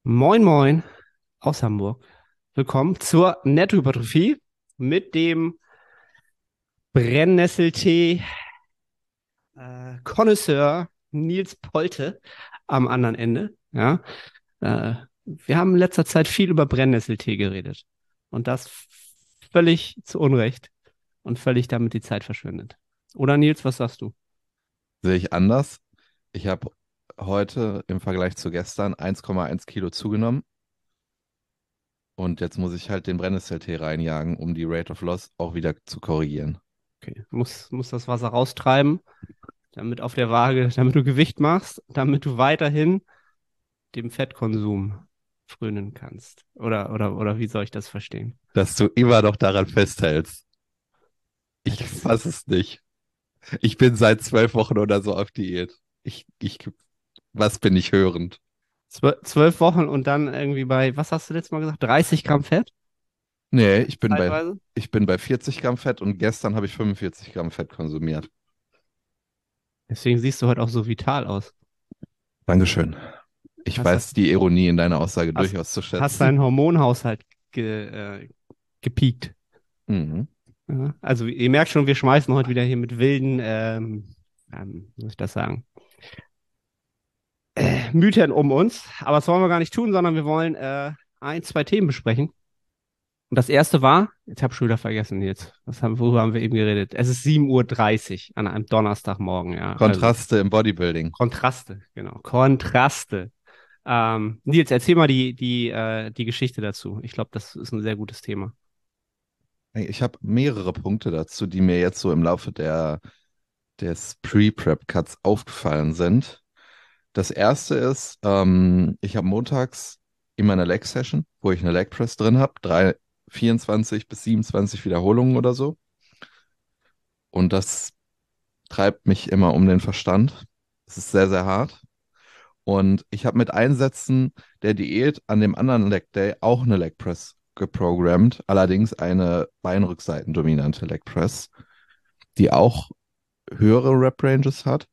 Moin Moin aus Hamburg. Willkommen zur Nettohypertrophie mit dem Brennnesseltee Connoisseur Nils Polte am anderen Ende. Ja, wir haben in letzter Zeit viel über Brennnesseltee geredet und das völlig zu Unrecht und völlig damit die Zeit verschwendet. Oder Nils, was sagst du? Sehe ich anders. Ich habe heute im Vergleich zu gestern 1,1 Kilo zugenommen und jetzt muss ich halt den Brennnesseltee reinjagen, um die Rate of Loss auch wieder zu korrigieren. Okay, muss das Wasser raustreiben, damit auf der Waage, damit du Gewicht machst, damit du weiterhin dem Fettkonsum frönen kannst. Oder wie soll ich das verstehen? Dass du immer noch daran festhältst. Ja, Ich fasse es nicht. Ich bin seit 12 Wochen oder so auf Diät. Was bin ich hörend? 12 Wochen und dann irgendwie bei, was hast du letztes Mal gesagt? 30 Gramm Fett? Nee, Zeitweise? ich bin bei 40 Gramm Fett und gestern habe ich 45 Gramm Fett konsumiert. Deswegen siehst du heute auch so vital aus. Dankeschön. Ich Hast das, weiß die Ironie in deiner Aussage hast, durchaus zu hast schätzen. deinen Hormonhaushalt gepiekt. Mhm. Ja? Also ihr merkt schon, wir schmeißen heute wieder hier mit wilden, wie soll ich das sagen, Mythen um uns. Aber das wollen wir gar nicht tun, sondern wir wollen ein, zwei Themen besprechen. Und das erste war, jetzt habe ich schon wieder vergessen jetzt, worüber haben wir eben geredet? Es ist 7:30 Uhr an einem Donnerstagmorgen, ja. Also Kontraste im Bodybuilding. Kontraste, genau. Kontraste. Nils, erzähl mal die Geschichte dazu. Ich glaube, das ist ein sehr gutes Thema. Ich habe mehrere Punkte dazu, die mir jetzt so im Laufe des Pre-Prep-Cuts aufgefallen sind. Das erste ist, ich habe montags immer eine Leg-Session, wo ich eine Leg Press drin habe, 24 bis 27 Wiederholungen oder so. Und das treibt mich immer um den Verstand. Es ist sehr, sehr hart. Und ich habe mit Einsätzen der Diät an dem anderen Leg Day auch eine Leg Press geprogrammt, allerdings eine beinrückseitendominante Leg Press, die auch höhere Rep-Ranges hat.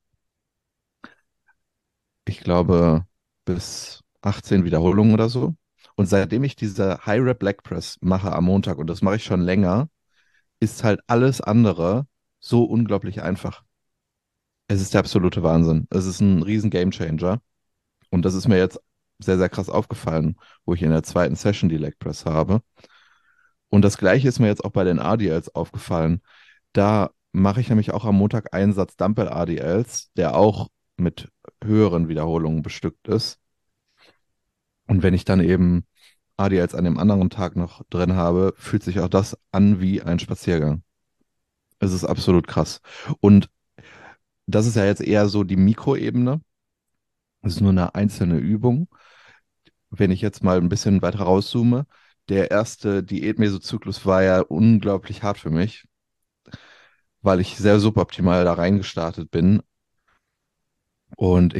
Ich glaube, bis 18 Wiederholungen oder so. Und seitdem ich diese High-Rep-Leg Press mache am Montag, und das mache ich schon länger, ist halt alles andere so unglaublich einfach. Es ist der absolute Wahnsinn. Es ist ein riesen Game-Changer. Und das ist mir jetzt sehr, sehr krass aufgefallen, wo ich in der zweiten Session die Leg Press habe. Und das Gleiche ist mir jetzt auch bei den ADLs aufgefallen. Da mache ich nämlich auch am Montag einen Satz Dumbbell ADLs, der auch mit höheren Wiederholungen bestückt ist. Und wenn ich dann eben ADLs an dem anderen Tag noch drin habe, fühlt sich auch das an wie ein Spaziergang. Es ist absolut krass. Und das ist ja jetzt eher so die Mikroebene. Es ist nur eine einzelne Übung. Wenn ich jetzt mal ein bisschen weiter rauszoome, der erste Diät-Mesozyklus war ja unglaublich hart für mich, weil ich sehr suboptimal da reingestartet bin und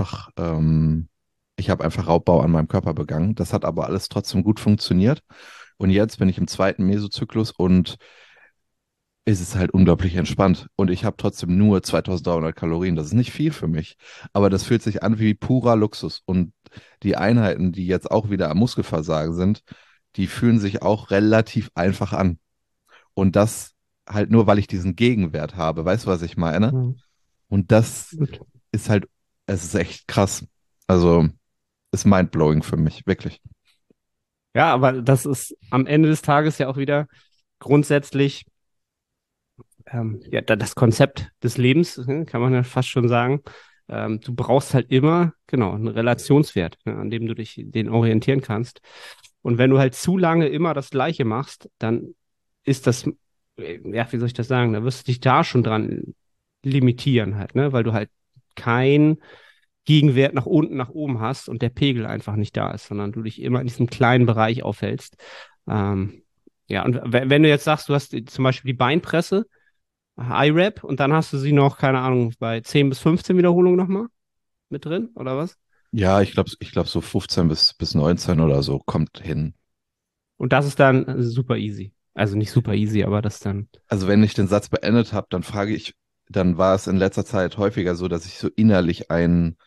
ich habe einfach Raubbau an meinem Körper begangen. Das hat aber alles trotzdem gut funktioniert. Und jetzt bin ich im zweiten Mesozyklus und es ist halt unglaublich entspannt. Und ich habe trotzdem nur 2300 Kalorien. Das ist nicht viel für mich, aber das fühlt sich an wie purer Luxus. Und die Einheiten, die jetzt auch wieder am Muskelversagen sind, die fühlen sich auch relativ einfach an. Und das halt nur, weil ich diesen Gegenwert habe. Weißt du, was ich meine? Mhm. Und das Gut. ist halt, es ist echt krass. Also, ist mindblowing für mich, wirklich. Ja, aber das ist am Ende des Tages ja auch wieder grundsätzlich ja, das Konzept des Lebens, kann man ja fast schon sagen. Du brauchst halt immer, genau, einen Relationswert, ne, an dem du dich den orientieren kannst. Und wenn du halt zu lange immer das Gleiche machst, dann ist das, ja, wie soll ich das sagen, da wirst du dich da schon dran limitieren halt, ne, weil du halt kein Gegenwert nach unten, nach oben hast und der Pegel einfach nicht da ist, sondern du dich immer in diesem kleinen Bereich aufhältst. Ähm, ja, und wenn du jetzt sagst, du hast zum Beispiel die Beinpresse, High-Rep und dann hast du sie noch, keine Ahnung, bei 10 bis 15 Wiederholungen nochmal mit drin, oder was? Ja, ich glaub, so 15 bis 19 oder so kommt hin. Und das ist dann super easy. Also nicht super easy, aber das dann. Also wenn ich den Satz beendet habe, dann war es in letzter Zeit häufiger so, dass ich so innerlich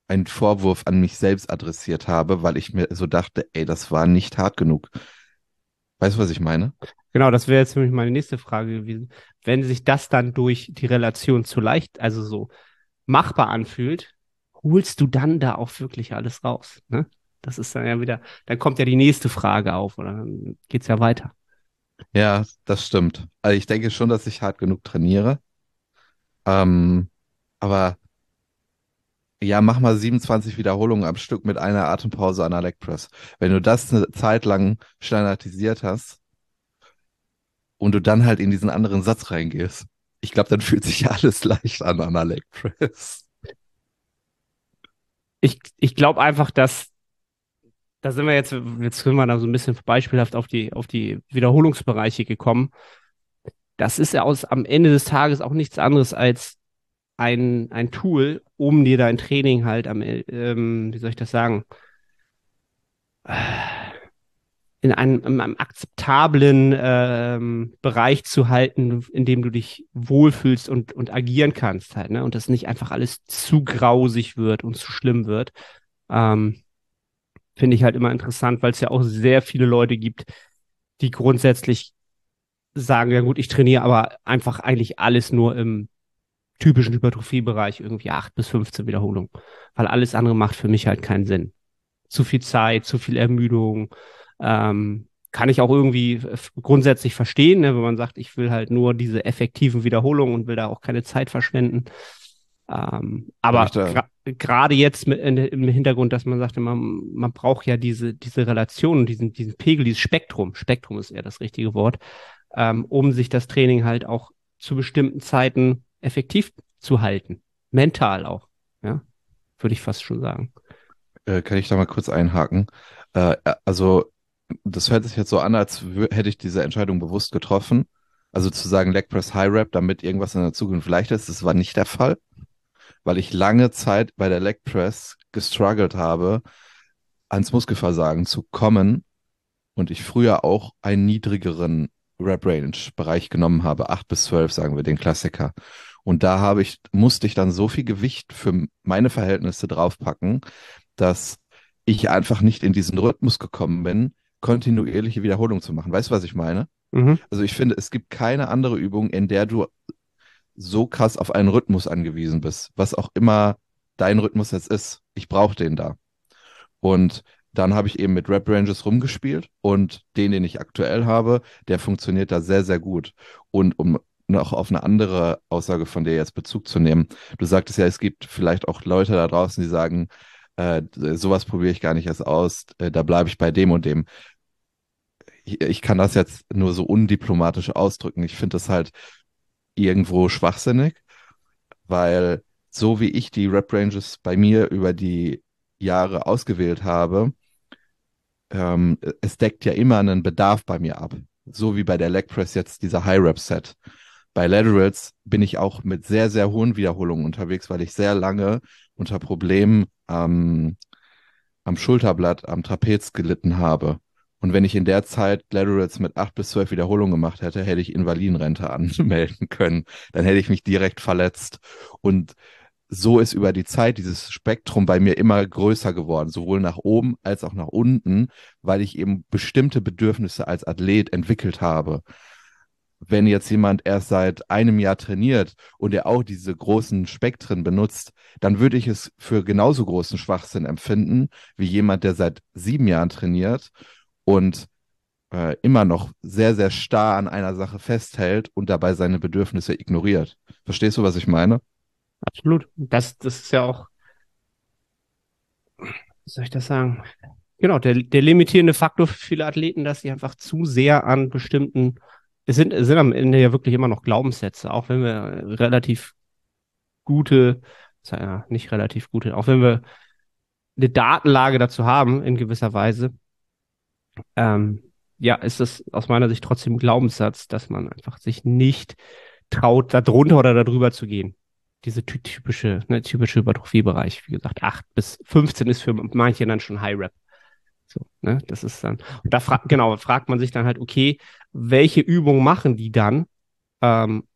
einen Vorwurf an mich selbst adressiert habe, weil ich mir so dachte, ey, das war nicht hart genug. Weißt du, was ich meine? Genau, das wäre jetzt nämlich meine nächste Frage gewesen. Wenn sich das dann durch die Relation zu leicht, also so machbar anfühlt, holst du dann da auch wirklich alles raus, ne? Das ist dann ja wieder, dann kommt ja die nächste Frage auf oder dann geht's ja weiter. Ja, das stimmt. Also ich denke schon, dass ich hart genug trainiere. Ähm, aber ja, mach mal 27 Wiederholungen am Stück mit einer Atempause an der Leg Press. Wenn du das eine Zeit lang standardisiert hast und du dann halt in diesen anderen Satz reingehst, ich glaube, dann fühlt sich ja alles leicht an der Leg Press. Ich glaube einfach, dass, da sind wir jetzt sind wir da so ein bisschen beispielhaft auf die Wiederholungsbereiche gekommen. Das ist ja am Ende des Tages auch nichts anderes als ein Tool, um dir dein Training halt wie soll ich das sagen, in einem akzeptablen Bereich zu halten, in dem du dich wohlfühlst und agieren kannst halt, ne? Und das nicht einfach alles zu grausig wird und zu schlimm wird. Ähm, Finde ich halt immer interessant, weil es ja auch sehr viele Leute gibt, die grundsätzlich sagen, ja gut, ich trainiere aber einfach eigentlich alles nur im typischen Hypertrophiebereich, irgendwie 8 bis 15 Wiederholungen, weil alles andere macht für mich halt keinen Sinn. Zu viel Zeit, zu viel Ermüdung. Kann ich auch irgendwie grundsätzlich verstehen, ne, wenn man sagt, ich will halt nur diese effektiven Wiederholungen und will da auch keine Zeit verschwenden. Darf ich Aber da, gerade jetzt im Hintergrund, dass man sagte, man braucht ja diese Relation, diesen Pegel, dieses Spektrum. Spektrum ist eher das richtige Wort, um sich das Training halt auch zu bestimmten Zeiten effektiv zu halten. Mental auch, ja, würde ich fast schon sagen. kann ich da mal kurz einhaken? Also, das hört sich jetzt so an, als hätte ich diese Entscheidung bewusst getroffen. Also zu sagen Leg Press High Rep, damit irgendwas in der Zukunft leichter ist, das war nicht der Fall, weil ich lange Zeit bei der Leg Press gestruggelt habe, ans Muskelversagen zu kommen und ich früher auch einen niedrigeren Rep-Range-Bereich genommen habe, 8 bis 12, sagen wir, den Klassiker. Und da musste ich dann so viel Gewicht für meine Verhältnisse draufpacken, dass ich einfach nicht in diesen Rhythmus gekommen bin, kontinuierliche Wiederholungen zu machen. Weißt du, was ich meine? Mhm. Also ich finde, es gibt keine andere Übung, in der du so krass auf einen Rhythmus angewiesen bist, was auch immer dein Rhythmus jetzt ist. Ich brauche den da. Und dann habe ich eben mit Rep Ranges rumgespielt und den ich aktuell habe, der funktioniert da sehr, sehr gut. Und um noch auf eine andere Aussage von dir jetzt Bezug zu nehmen, du sagtest ja, es gibt vielleicht auch Leute da draußen, die sagen, sowas probiere ich gar nicht erst aus, da bleibe ich bei dem und dem. Ich kann das jetzt nur so undiplomatisch ausdrücken. Ich finde das halt irgendwo schwachsinnig, weil so wie ich die Rep Ranges bei mir über die Jahre ausgewählt habe, es deckt ja immer einen Bedarf bei mir ab. So wie bei der Leg Press jetzt dieser High Rep Set. Bei Laterals bin ich auch mit sehr, sehr hohen Wiederholungen unterwegs, weil ich sehr lange unter Problemen am Schulterblatt, am Trapez gelitten habe. Und wenn ich in der Zeit Laterals mit 8 bis 12 Wiederholungen gemacht hätte, hätte ich Invalidenrente anmelden können. Dann hätte ich mich direkt verletzt. Und so ist über die Zeit dieses Spektrum bei mir immer größer geworden, sowohl nach oben als auch nach unten, weil ich eben bestimmte Bedürfnisse als Athlet entwickelt habe. Wenn jetzt jemand erst seit einem Jahr trainiert und er auch diese großen Spektren benutzt, dann würde ich es für genauso großen Schwachsinn empfinden wie jemand, der seit 7 Jahren trainiert und immer noch sehr, sehr starr an einer Sache festhält und dabei seine Bedürfnisse ignoriert. Verstehst du, was ich meine? Absolut. Das ist ja auch, wie soll ich das sagen? Genau, der limitierende Faktor für viele Athleten, dass sie einfach zu sehr an bestimmten, es sind am Ende ja wirklich immer noch Glaubenssätze, auch wenn wir relativ gute, ja, nicht relativ gute, auch wenn wir eine Datenlage dazu haben, in gewisser Weise, ähm, ja, ist es aus meiner Sicht trotzdem ein Glaubenssatz, dass man einfach sich nicht traut, da drunter oder darüber zu gehen. Diese typische Hypertrophiebereich, wie gesagt, 8 bis 15 ist für manche dann schon High Rep. So, ne? Das ist dann, und genau, fragt man sich dann halt, okay, welche Übungen machen die dann, ähm,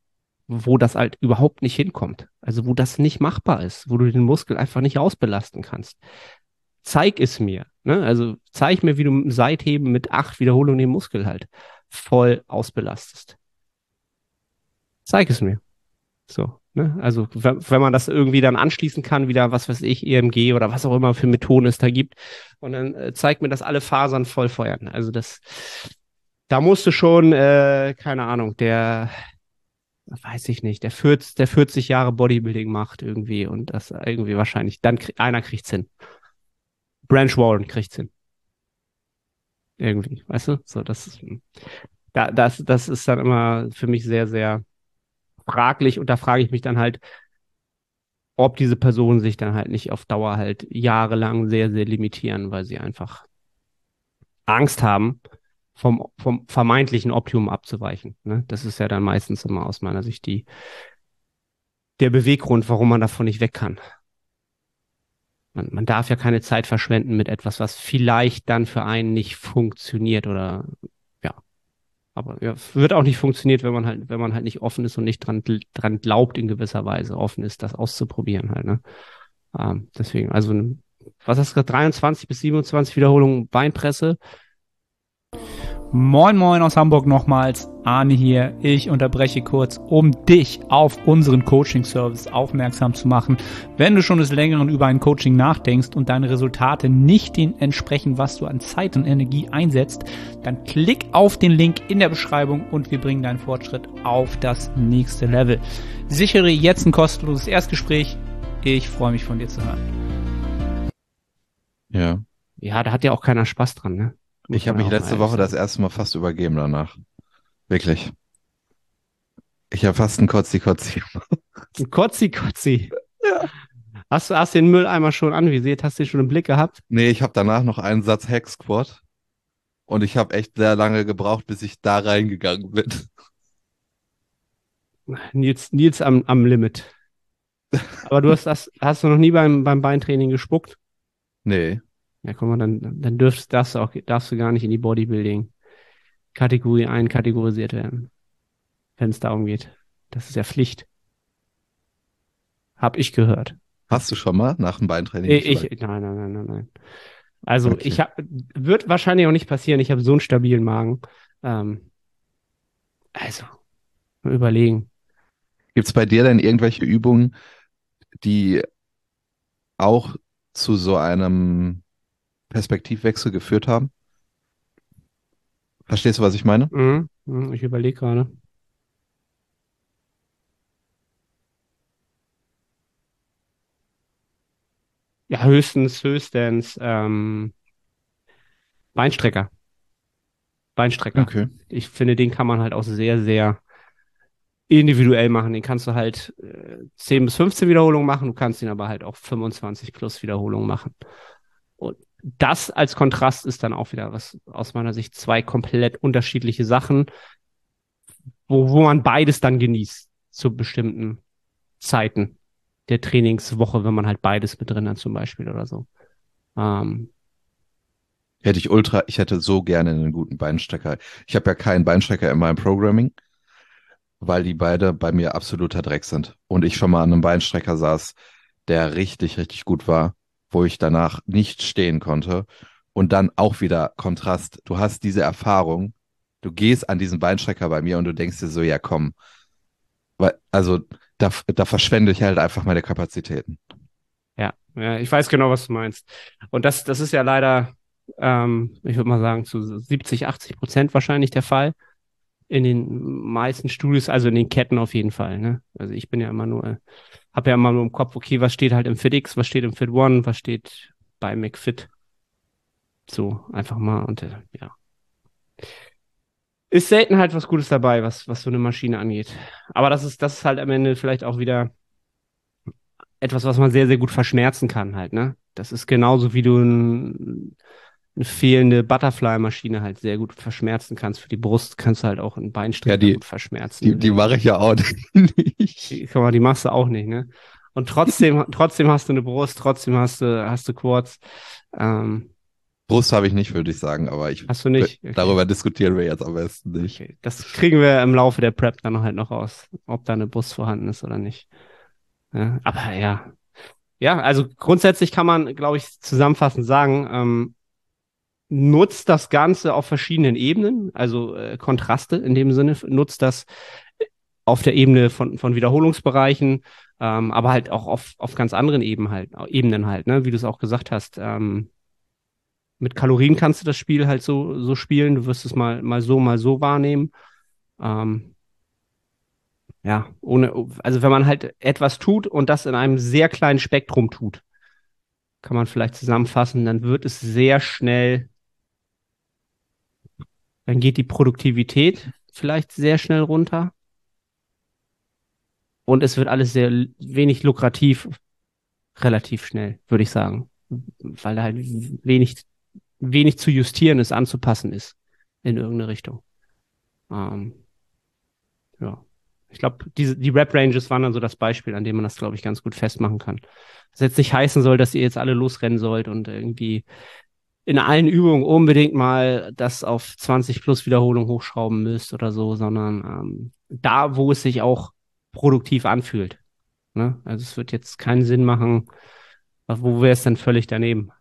wo das halt überhaupt nicht hinkommt. Also wo das nicht machbar ist, wo du den Muskel einfach nicht ausbelasten kannst. Zeig es mir. Ne? Also zeig mir, wie du mit dem Seitheben mit 8 Wiederholungen den Muskel halt voll ausbelastest. Zeig es mir. So, ne? Also wenn man das irgendwie dann anschließen kann, wieder, was weiß ich, EMG oder was auch immer für Methoden es da gibt, und dann zeigt mir, dass alle Fasern voll feuern. Also da musst du schon, keine Ahnung, weiß ich nicht, der 40 Jahre Bodybuilding macht irgendwie und das irgendwie wahrscheinlich, dann einer kriegt's hin. Branch Warren kriegt's hin. Irgendwie, weißt du? So, das ist dann immer für mich sehr, sehr fraglich und da frage ich mich dann halt, ob diese Personen sich dann halt nicht auf Dauer halt jahrelang sehr, sehr limitieren, weil sie einfach Angst haben, vom vermeintlichen Optimum abzuweichen. Ne? Das ist ja dann meistens immer aus meiner Sicht der Beweggrund, warum man davon nicht weg kann. Man darf ja keine Zeit verschwenden mit etwas, was vielleicht dann für einen nicht funktioniert oder ja. Aber ja, wird auch nicht funktioniert, wenn man halt nicht offen ist und nicht dran glaubt in gewisser Weise, offen ist, das auszuprobieren halt, ne? Deswegen, also, was hast du gesagt, 23 bis 27 Wiederholungen Beinpresse? Moin Moin aus Hamburg nochmals, Arne hier. Ich unterbreche kurz, um dich auf unseren Coaching-Service aufmerksam zu machen. Wenn du schon des Längeren über ein Coaching nachdenkst und deine Resultate nicht dem entsprechen, was du an Zeit und Energie einsetzt, dann klick auf den Link in der Beschreibung und wir bringen deinen Fortschritt auf das nächste Level. Sichere jetzt ein kostenloses Erstgespräch. Ich freue mich, von dir zu hören. Ja. Ja, da hat ja auch keiner Spaß dran, ne? Ich habe mich letzte Woche das erste Mal fast übergeben danach. Wirklich. Ich habe fast einen Kotzi-Kotzi. Ein Kotzi-Kotzi. Ja. Hast du den Mülleimer schon anvisiert? Hast du den schon im Blick gehabt? Nee, ich habe danach noch einen Satz Hack Squat und ich habe echt sehr lange gebraucht, bis ich da reingegangen bin. Nils am Limit. Aber hast du noch nie beim Beintraining gespuckt? Nee. Ja, guck mal, dann darfst du gar nicht in die Bodybuilding-Kategorie einkategorisiert werden, wenn es darum geht. Das ist ja Pflicht. Hab ich gehört. Hast du schon mal nach dem Beintraining Nein. Also Okay. wird wahrscheinlich auch nicht passieren. Ich habe so einen stabilen Magen. Also, mal überlegen. Gibt es bei dir denn irgendwelche Übungen, die auch zu so einem Perspektivwechsel geführt haben? Verstehst du, was ich meine? Ich überlege gerade. Ja, höchstens Beinstrecker. Beinstrecker. Okay. Ich finde, den kann man halt auch sehr, sehr individuell machen. Den kannst du halt 10 bis 15 Wiederholungen machen, du kannst ihn aber halt auch 25 plus Wiederholungen machen. Und das als Kontrast ist dann auch wieder was aus meiner Sicht zwei komplett unterschiedliche Sachen, wo man beides dann genießt zu bestimmten Zeiten der Trainingswoche, wenn man halt beides mit drin hat zum Beispiel oder so. Ähm, Ich hätte so gerne einen guten Beinstrecker. Ich habe ja keinen Beinstrecker in meinem Programming, weil die beide bei mir absoluter Dreck sind. Und ich schon mal an einem Beinstrecker saß, der richtig, richtig gut war, wo ich danach nicht stehen konnte. Und dann auch wieder Kontrast. Du hast diese Erfahrung, du gehst an diesen Beinstrecker bei mir und du denkst dir so, ja komm, also da verschwende ich halt einfach meine Kapazitäten. ja, ich weiß genau, was du meinst. Und das ist ja leider, ich würde mal sagen, zu 70, 80% wahrscheinlich der Fall. In den meisten Studios, also in den Ketten auf jeden Fall. Ne? Also ich bin ja immer nur, habe ja immer nur im Kopf, okay, was steht halt im FitX, was steht im Fit One, was steht bei McFit. So, einfach mal und ja. Ist selten halt was Gutes dabei, was so eine Maschine angeht. Aber das ist halt am Ende vielleicht auch wieder etwas, was man sehr, sehr gut verschmerzen kann halt, ne? Das ist genauso wie du eine fehlende Butterfly-Maschine halt sehr gut verschmerzen kannst. Für die Brust kannst du halt auch einen Ja, Beinstrecker gut verschmerzen. die mache ich ja auch nicht. Guck mal, die machst du auch nicht, ne? Und trotzdem hast du eine Brust, trotzdem hast du Quads. Ähm, Brust habe ich nicht, würde ich sagen, aber Hast du nicht? Okay. darüber diskutieren wir jetzt am besten nicht. Okay. Das kriegen wir im Laufe der Prep dann halt noch raus, ob da eine Brust vorhanden ist oder nicht. Ja, aber ja. Ja, also grundsätzlich kann man, glaube ich, zusammenfassend sagen, nutzt das Ganze auf verschiedenen Ebenen, also Kontraste in dem Sinne, nutzt das auf der Ebene von Wiederholungsbereichen, aber halt auch auf ganz anderen Ebenen halt, ne? Wie du es auch gesagt hast. Mit Kalorien kannst du das Spiel halt so spielen, du wirst es mal so wahrnehmen. Ähm, ja, also wenn man halt etwas tut und das in einem sehr kleinen Spektrum tut, kann man vielleicht zusammenfassen, dann wird es sehr schnell, dann geht die Produktivität vielleicht sehr schnell runter und es wird alles sehr wenig lukrativ, relativ schnell, würde ich sagen, weil da halt wenig zu justieren ist, anzupassen ist in irgendeine Richtung. Ähm, ja. Ich glaube, die Rep-Ranges waren dann so das Beispiel, an dem man das, glaube ich, ganz gut festmachen kann. Was jetzt nicht heißen soll, dass ihr jetzt alle losrennen sollt und irgendwie in allen Übungen unbedingt mal das auf 20 plus Wiederholung hochschrauben müsst oder so, sondern da, wo es sich auch produktiv anfühlt. Ne? Also es wird jetzt keinen Sinn machen, wo wäre es denn völlig daneben?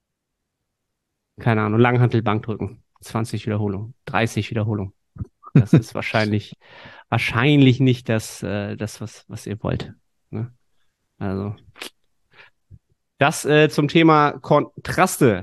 Keine Ahnung, Langhantel Bankdrücken, 20 Wiederholungen, 30 Wiederholungen. Das ist wahrscheinlich nicht das was ihr wollt. Ne? Also das zum Thema Kontraste.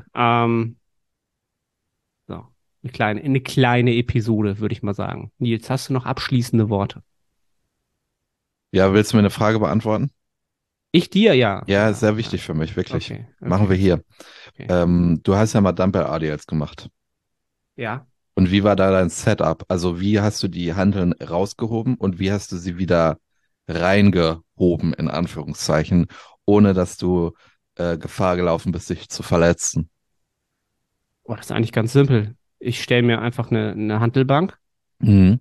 So, eine kleine Episode, würde ich mal sagen. Nils, hast du noch abschließende Worte? Ja, willst du mir eine Frage beantworten? Ich dir, ja. Ja, Ja, ist sehr ja. wichtig für mich, wirklich. Okay, Machen wir okay, hier. okay. Du hast ja mal Dumbbell-RDLs gemacht. Ja. Und wie war da dein Setup? Also wie hast du die Hanteln rausgehoben und wie hast du sie wieder reingehoben, in Anführungszeichen, ohne dass du Gefahr gelaufen bist, dich zu verletzen? Oh, das ist eigentlich ganz simpel. Ich stelle mir einfach eine Hantelbank Mhm.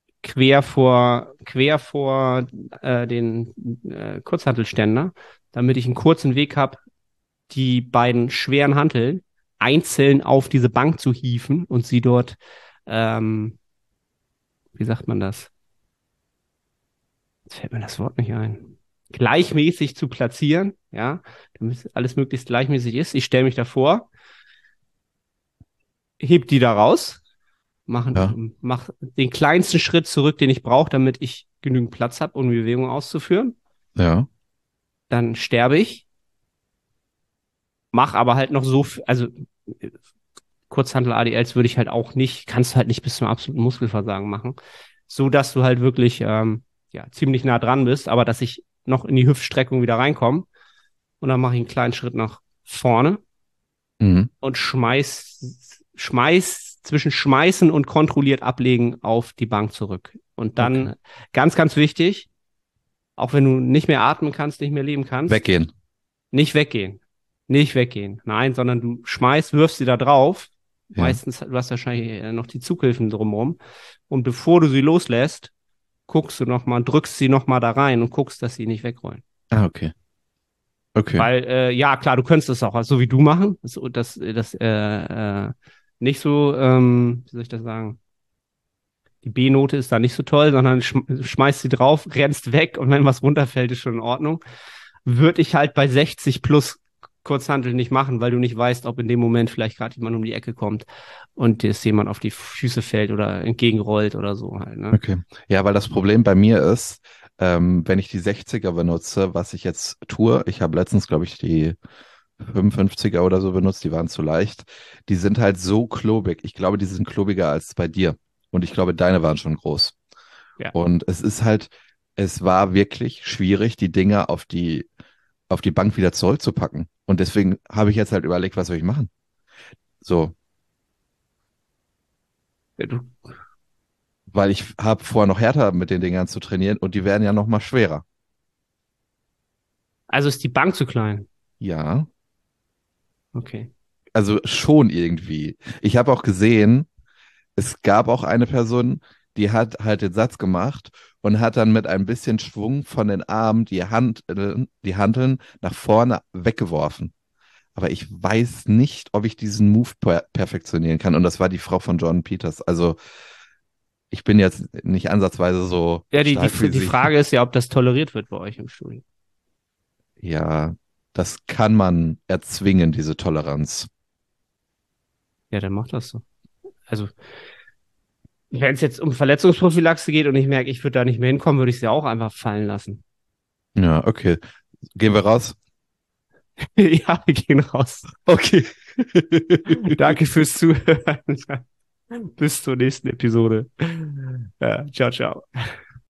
quer vor den Kurzhantelständer, damit ich einen kurzen Weg habe, die beiden schweren Hanteln einzeln auf diese Bank zu hieven und sie dort, ähm, wie sagt man das? Jetzt fällt mir das Wort nicht ein. Gleichmäßig zu platzieren, ja, damit alles möglichst gleichmäßig ist. Ich stelle mich davor, heb die da raus, Ja, mach den kleinsten Schritt zurück, den ich brauche, damit ich genügend Platz habe, um die Bewegung auszuführen. ja. Dann sterbe ich, mach aber halt noch so, also Kurzhantel-ADLs würde ich halt auch nicht, kannst du halt nicht bis zum absoluten Muskelversagen machen, so dass du halt wirklich ja, ziemlich nah dran bist, aber dass ich noch in die Hüftstreckung wieder reinkomme und dann mache ich einen kleinen Schritt nach vorne Mhm. und schmeiß zwischen schmeißen und kontrolliert ablegen auf die Bank zurück. Und Okay. dann ganz, ganz wichtig, auch wenn du nicht mehr atmen kannst, nicht mehr leben kannst, Weggehen. nicht weggehen. Nicht weggehen. Nein, sondern du wirfst sie da drauf. Ja. Meistens, du hast wahrscheinlich noch die Zughilfen drumherum. Und bevor du sie loslässt, drückst sie nochmal da rein und guckst, dass sie nicht wegrollen. Ah, okay. Okay. Weil, ja, klar, du könntest das auch so wie du machen. Nicht so, wie soll ich das sagen? Die B-Note ist da nicht so toll, sondern schmeißt sie drauf, rennst weg und wenn was runterfällt, ist schon in Ordnung. Würde ich halt bei 60 plus Kurzhantel nicht machen, weil du nicht weißt, ob in dem Moment vielleicht gerade jemand um die Ecke kommt und dir ist jemand auf die Füße fällt oder entgegenrollt oder so halt, ne? Okay. Ja, weil das Problem bei mir ist, wenn ich die 60er benutze, was ich jetzt tue, ich habe letztens, glaube ich, die 55er oder so benutzt, die waren zu leicht. Die sind halt so klobig. Ich glaube, die sind klobiger als bei dir. Und ich glaube, deine waren schon groß. Ja. Und es war wirklich schwierig, die Dinger auf die Bank wieder zurückzupacken. Und deswegen habe ich jetzt halt überlegt, was soll ich machen? So, Ja, weil ich habe vor, noch härter mit den Dingern zu trainieren und die werden ja noch mal schwerer. also ist die Bank zu klein. Ja, Okay. also schon irgendwie. Ich habe auch gesehen, es gab auch eine Person, die hat halt den Satz gemacht und hat dann mit ein bisschen Schwung von den Armen die Hanteln nach vorne weggeworfen. aber ich weiß nicht, ob ich diesen Move perfektionieren kann. Und das war die Frau von Jordan Peters. Also ich bin jetzt nicht ansatzweise so Ja, stark wie die sie. Frage ist ja, ob das toleriert wird bei euch im Studium. Ja, das kann man erzwingen, diese Toleranz. Ja, dann macht das so. Also, wenn es jetzt um Verletzungsprophylaxe geht und ich merke, ich würde da nicht mehr hinkommen, würde ich sie auch einfach fallen lassen. Ja, okay. Gehen wir raus? Ja, wir gehen raus. Okay. Danke fürs Zuhören. Bis zur nächsten Episode. Ja, ciao, ciao.